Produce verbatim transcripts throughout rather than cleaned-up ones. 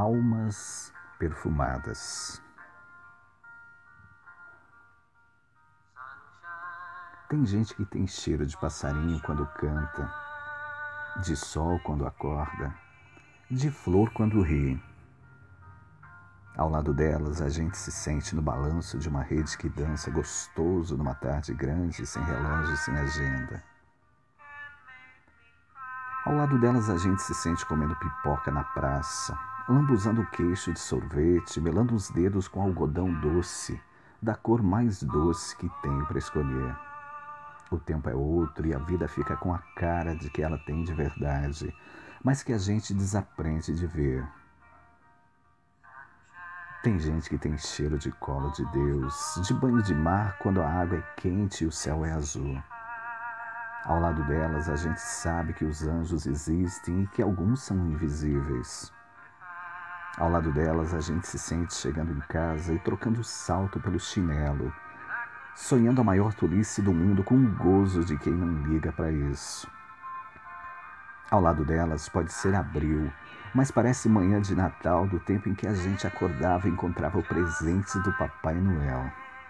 almas perfumadas. Tem gente que tem cheiro de passarinho quando canta, de sol quando acorda, de flor quando ri. Ao lado delas, a gente se sente no balanço de uma rede que dança gostoso numa tarde grande, sem relógio, sem agenda. Ao lado delas, a gente se sente comendo pipoca na praça, lambuzando o queixo de sorvete, melando os dedos com algodão doce, da cor mais doce que tem para escolher. O tempo é outro e a vida fica com a cara de que ela tem de verdade, mas que a gente desaprende de ver. Tem gente que tem cheiro de colo de Deus, de banho de mar quando a água é quente e o céu é azul. Ao lado delas, a gente sabe que os anjos existem e que alguns são invisíveis. Ao lado delas, a gente se sente chegando em casa e trocando o salto pelo chinelo, sonhando a maior tolice do mundo com o gozo de quem não liga para isso. Ao lado delas pode ser abril, mas parece manhã de Natal do tempo em que a gente acordava e encontrava o presente do Papai Noel.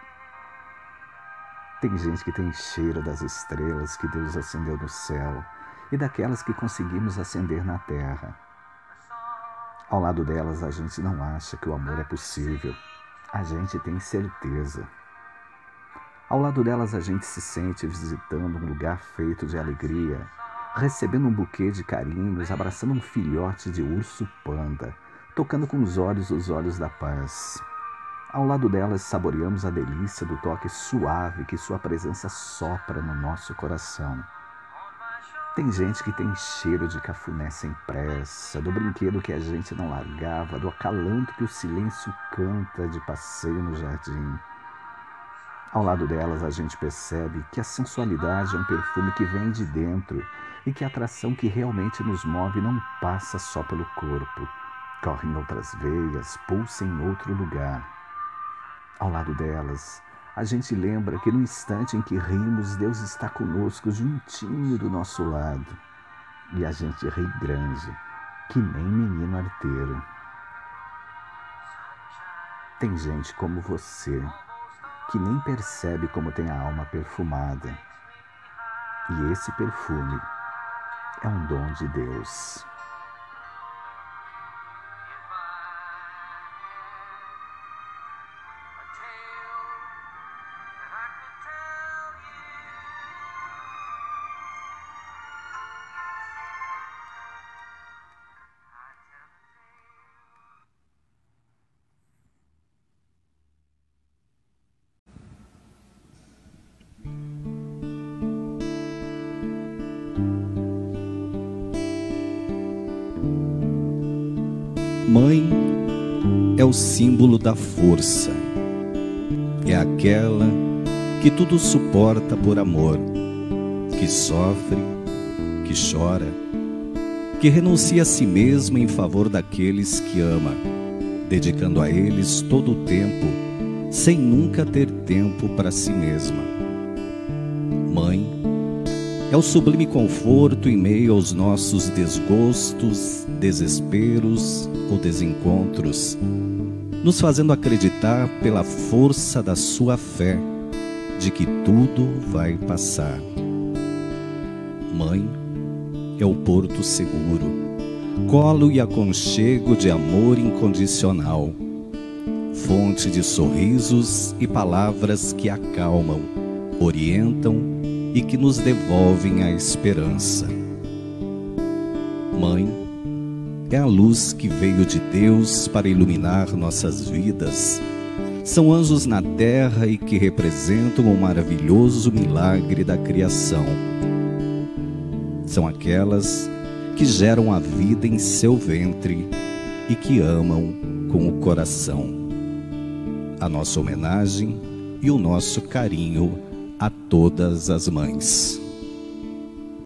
Tem gente que tem cheiro das estrelas que Deus acendeu no céu e daquelas que conseguimos acender na terra. Ao lado delas, a gente não acha que o amor é possível, a gente tem certeza. Ao lado delas, a gente se sente visitando um lugar feito de alegria, recebendo um buquê de carinhos, abraçando um filhote de urso panda, tocando com os olhos os olhos da paz. Ao lado delas, saboreamos a delícia do toque suave que sua presença sopra no nosso coração. Tem gente que tem cheiro de cafuné sem pressa, do brinquedo que a gente não largava, do acalanto que o silêncio canta de passeio no jardim. Ao lado delas, a gente percebe que a sensualidade é um perfume que vem de dentro e que a atração que realmente nos move não passa só pelo corpo, corre em outras veias, pulsa em outro lugar. Ao lado delas, a gente lembra que no instante em que rimos, Deus está conosco, juntinho do nosso lado. E a gente ri grande, que nem menino arteiro. Tem gente como você, que nem percebe como tem a alma perfumada. E esse perfume é um dom de Deus. Mãe é o símbolo da força, é aquela que tudo suporta por amor, que sofre, que chora, que renuncia a si mesma em favor daqueles que ama, dedicando a eles todo o tempo, sem nunca ter tempo para si mesma. Mãe é o sublime conforto em meio aos nossos desgostos, desesperos ou desencontros, nos fazendo acreditar pela força da sua fé de que tudo vai passar. Mãe é o porto seguro, colo e aconchego de amor incondicional, fonte de sorrisos e palavras que acalmam, orientam e que nos devolvem a esperança. Mãe é a luz que veio de Deus para iluminar nossas vidas. São anjos na terra e que representam o maravilhoso milagre da criação. São aquelas que geram a vida em seu ventre e que amam com o coração. A nossa homenagem e o nosso carinho a todas as mães.